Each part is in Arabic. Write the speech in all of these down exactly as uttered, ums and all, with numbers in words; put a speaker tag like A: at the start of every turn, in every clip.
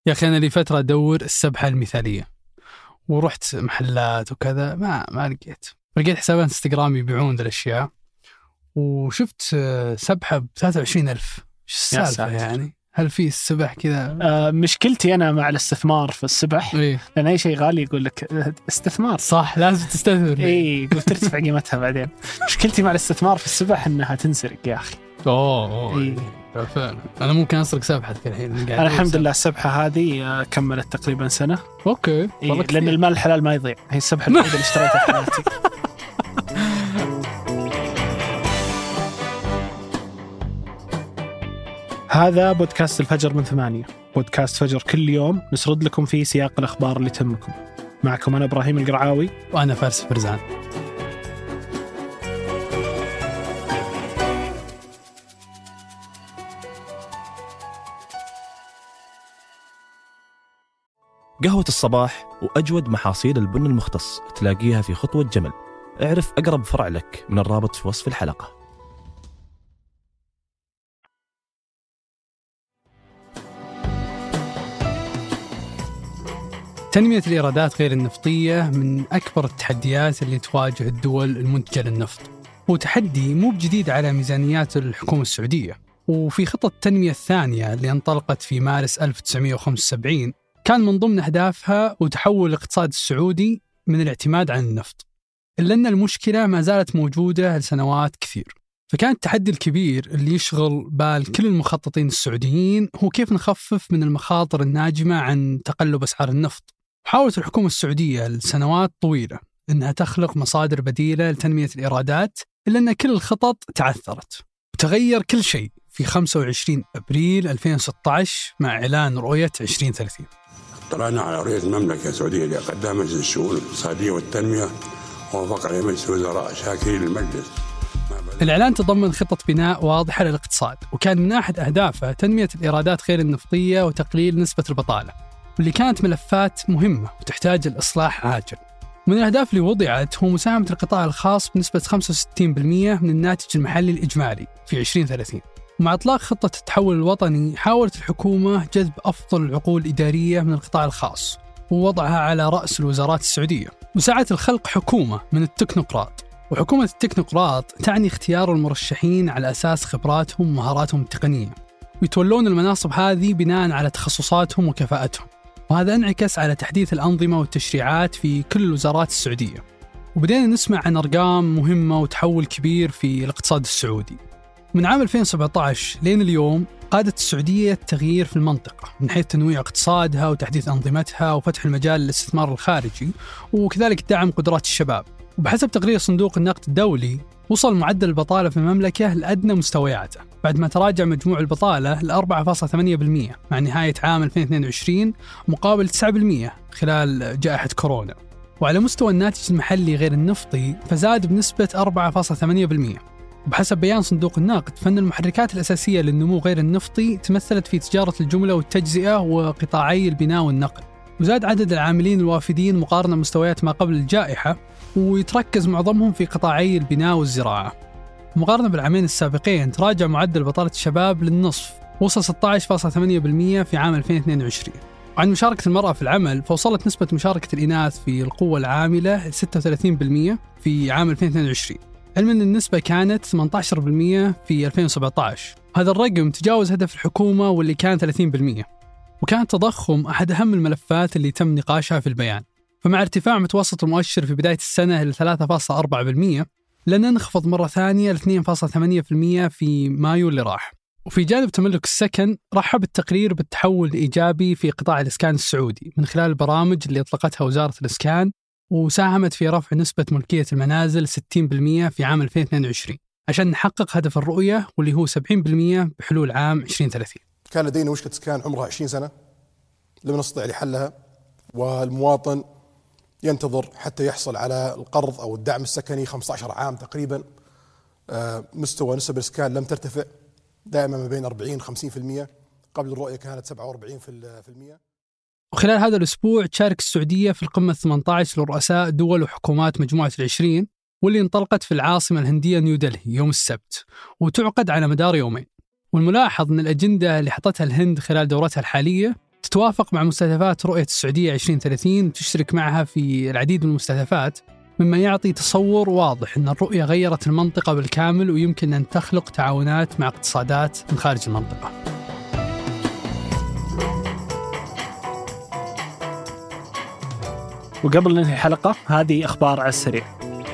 A: يا أخي أنا لي فترة أدور السبحة المثالية، ورحت محلات وكذا ما ما لقيت. لقيت حسابات انستغرام يبيعون ذا الأشياء، وشفت سبحة بثلاثة وعشرين ألف. إيش السالفة يعني؟ هل في السبح كذا؟
B: آه مشكلتي أنا مع الاستثمار في السبح،
A: إيه؟
B: لأن أي شيء غالي يقول لك استثمار،
A: صح لازم تستثمر.
B: إيه قلت ترتفع قيمتها بعدين. مشكلتي مع الاستثمار في السبح إنها تنسرق يا أخي.
A: أوه, أوه.
B: إيه.
A: فعلا أنا ممكن أسرق سبحتك الحين.
B: أنا الحمد لله السبحة هذه كملت تقريبا سنة.
A: أوكي.
B: إيه لأن المال الحلال ما يضيع، هي السبحة الوحيدة اللي اشتريتها في حياتي. هذا بودكاست الفجر من ثمانية، بودكاست فجر كل يوم نسرد لكم فيه سياق الأخبار اللي تهمكم. معكم أنا إبراهيم القرعاوي
A: وأنا فارس فرزان.
C: قهوة الصباح وأجود محاصيل البن المختص تلاقيها في خطوة جمل. اعرف أقرب فرع لك من الرابط في وصف الحلقة.
A: تنمية الإيرادات غير النفطية من أكبر التحديات اللي تواجه الدول المنتجة للنفط، وتحدي مو بجديد على ميزانيات الحكومة السعودية. وفي خطة التنمية الثانية اللي انطلقت في مارس ألف وتسعمائة وخمسة وسبعين كان من ضمن أهدافها وتحول الاقتصاد السعودي من الاعتماد على النفط، إلا أن المشكلة ما زالت موجودة لسنوات كثير. فكان التحدي الكبير اللي يشغل بال كل المخططين السعوديين هو كيف نخفف من المخاطر الناجمة عن تقلب أسعار النفط. حاولت الحكومة السعودية لسنوات طويلة أنها تخلق مصادر بديلة لتنمية الإيرادات، إلا أن كل الخطط تعثرت وتغير كل شيء في خمسة وعشرين أبريل ألفين وستة عشر مع إعلان رؤية عشرين ثلاثين.
D: اطلعنا على رؤية المملكة السعودية لقدامها مجلس الشؤون الاقتصادية والتنمية، ووافق عليه مجلس الوزراء شاكرين للمجلس.
A: الإعلان تضمن خطة بناء واضحة للاقتصاد، وكان من أحد أهدافه تنمية الإيرادات غير النفطية وتقليل نسبة البطالة، واللي كانت ملفات مهمة وتحتاج الإصلاح عاجل. من الأهداف اللي وضعت هو مساهمة القطاع الخاص بنسبة خمسة وستين بالمئة من الناتج المحلي الإجمالي في عشرين ثلاثين. ومع إطلاق خطة التحول الوطني حاولت الحكومة جذب أفضل العقول الإدارية من القطاع الخاص ووضعها على رأس الوزارات السعودية، وسعت الخلق حكومة من التكنوقراط. وحكومة التكنوقراط تعني اختيار المرشحين على أساس خبراتهم ومهاراتهم التقنية، ويتولون المناصب هذه بناء على تخصصاتهم وكفاءتهم. وهذا انعكس على تحديث الأنظمة والتشريعات في كل الوزارات السعودية. وبدأنا نسمع عن أرقام مهمة وتحول كبير في الاقتصاد السعودي. من عام ألفين وسبعة عشر لين اليوم قادت السعودية التغيير في المنطقة من حيث تنويع اقتصادها وتحديث أنظمتها وفتح المجال للاستثمار الخارجي، وكذلك دعم قدرات الشباب. وبحسب تقرير صندوق النقد الدولي وصل معدل البطالة في المملكة لأدنى مستوياته بعد ما تراجع مجموع البطالة ل أربعة فاصلة ثمانية بالمئة مع نهاية عام ألفين واثنين وعشرين مقابل تسعة بالمئة خلال جائحة كورونا. وعلى مستوى الناتج المحلي غير النفطي فزاد بنسبة أربعة فاصلة ثمانية بالمئة. وبحسب بيان صندوق النقد فإن المحركات الأساسية للنمو غير النفطي تمثلت في تجارة الجملة والتجزئة وقطاعي البناء والنقل. وزاد عدد العاملين الوافدين مقارنة بمستويات ما قبل الجائحة، ويتركز معظمهم في قطاعي البناء والزراعة. مقارنة بالعامين السابقين تراجع معدل بطالة الشباب للنصف، وصل ستة عشر فاصلة ثمانية بالمئة في عام ألفين واثنين وعشرين. وعن مشاركة المرأة في العمل فوصلت نسبة مشاركة الإناث في القوة العاملة ستة وثلاثين بالمئة في عام ألفين واثنين وعشرين، علما أن النسبة كانت ثمانية عشر بالمئة في ألفين وسبعة عشر. هذا الرقم تجاوز هدف الحكومة واللي كان ثلاثين بالمئة. وكان التضخم أحد أهم الملفات اللي تم نقاشها في البيان. فمع ارتفاع متوسط المؤشر في بداية السنة إلى ثلاثة فاصلة أربعة بالمئة لن ننخفض مرة ثانية ل اثنين فاصلة ثمانية بالمئة في مايو اللي راح. وفي جانب تملك السكن رحب التقرير بالتحول الإيجابي في قطاع الإسكان السعودي من خلال البرامج اللي أطلقتها وزارة الإسكان، وساهمت في رفع نسبة ملكية المنازل ستين بالمئة في عام ألفين واثنين وعشرين عشان نحقق هدف الرؤية واللي هو سبعين بالمئة بحلول عام عشرين ثلاثين.
E: كان لدينا مشكلة إسكان عمرها عشرين سنة لم نستطع لحلها، والمواطن ينتظر حتى يحصل على القرض أو الدعم السكني خمسة عشر عام تقريبا. مستوى نسب الإسكان لم ترتفع، دائما ما بين أربعين خمسين بالمئة، قبل الرؤية كانت سبعة وأربعين بالمئة.
A: وخلال هذا الأسبوع تشارك السعودية في القمة ثمانية عشر لرؤساء دول وحكومات مجموعة العشرين، واللي انطلقت في العاصمة الهندية نيودلهي يوم السبت، وتعقد على مدار يومين. والملاحظ أن الأجندة اللي حطتها الهند خلال دورتها الحالية تتوافق مع مستهدفات رؤية السعودية عشرين ثلاثين وتشترك معها في العديد من المستهدفات، مما يعطي تصور واضح أن الرؤية غيرت المنطقة بالكامل ويمكن أن تخلق تعاونات مع اقتصادات من خارج المنطقة.
B: وقبل ننهي الحلقة هذه أخبار على السريع.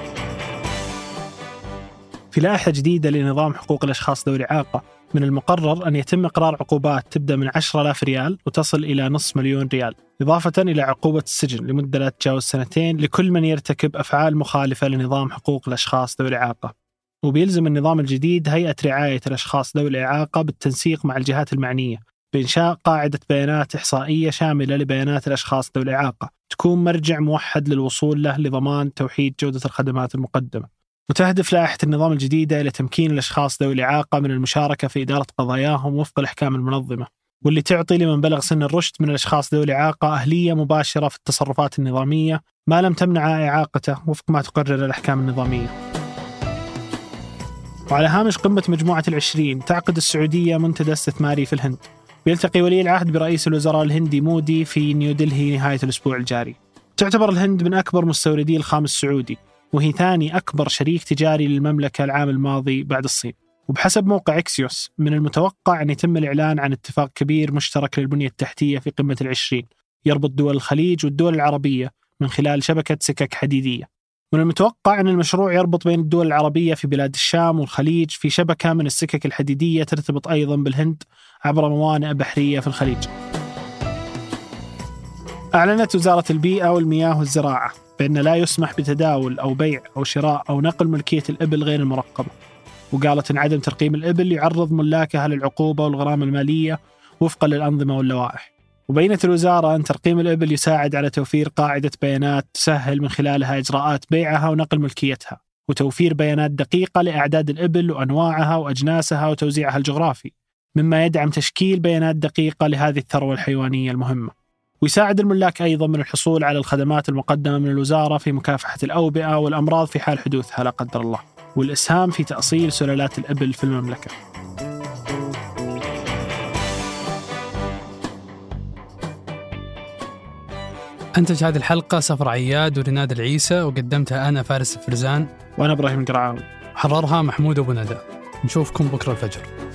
B: في لائحة جديدة لنظام حقوق الأشخاص ذوي الإعاقة من المقرر أن يتم إقرار عقوبات تبدأ من عشرة آلاف ريال وتصل إلى نصف مليون ريال، إضافة إلى عقوبة السجن لمدة لا تتجاوز سنتين لكل من يرتكب أفعال مخالفة لنظام حقوق الأشخاص ذوي الإعاقة. وبيلزم النظام الجديد هيئة رعاية الأشخاص ذوي الإعاقة بالتنسيق مع الجهات المعنية بإنشاء قاعدة بيانات إحصائية شاملة لبيانات الأشخاص ذوي الإعاقة تكون مرجع موحد للوصول له لضمان توحيد جودة الخدمات المقدمة. وتهدف لائحة النظام الجديدة إلى تمكين الأشخاص ذوي الإعاقة من المشاركة في إدارة قضاياهم وفق الأحكام المنظمة، واللي تعطي لمن بلغ سن الرشد من الأشخاص ذوي الإعاقة أهلية مباشرة في التصرفات النظامية ما لم تمنع إعاقته وفق ما تقرر الأحكام النظامية. وعلى هامش قمة مجموعة العشرين تعقد السعودية منتدى استثماري في الهند، بيلتقي ولي العهد برئيس الوزراء الهندي مودي في نيودلهي نهاية الأسبوع الجاري. تعتبر الهند من أكبر مستوردي الخام السعودي، وهي ثاني أكبر شريك تجاري للمملكة العام الماضي بعد الصين. وبحسب موقع إكسيوس من المتوقع أن يتم الإعلان عن اتفاق كبير مشترك للبنية التحتية في قمة العشرين يربط دول الخليج والدول العربية من خلال شبكة سكك حديدية. من المتوقع أن المشروع يربط بين الدول العربية في بلاد الشام والخليج في شبكة من السكك الحديدية ترتبط أيضا بالهند عبر موانئ بحرية في الخليج. أعلنت وزارة البيئة والمياه والزراعة بأن لا يسمح بتداول أو بيع أو شراء أو نقل ملكية الإبل غير المرقبة، وقالت أن عدم ترقيم الإبل يعرض ملاكها للعقوبة والغرامة المالية وفقا للأنظمة واللوائح. وبينت الوزارة أن ترقيم الإبل يساعد على توفير قاعدة بيانات تسهل من خلالها إجراءات بيعها ونقل ملكيتها، وتوفير بيانات دقيقة لأعداد الإبل وأنواعها وأجناسها وتوزيعها الجغرافي، مما يدعم تشكيل بيانات دقيقة لهذه الثروة الحيوانية المهمة. ويساعد الملاك أيضا من الحصول على الخدمات المقدمة من الوزارة في مكافحة الأوبئة والأمراض في حال حدوثها لا قدر الله، والإسهام في تأصيل سلالات الإبل في المملكة.
A: أنتج هذه الحلقة سفر عياد ورناد العيسى، وقدمتها أنا فارس الفرزان
B: وأنا إبراهيم القرعاوي،
A: حررها محمود أبو ندى. نشوفكم بكرة الفجر.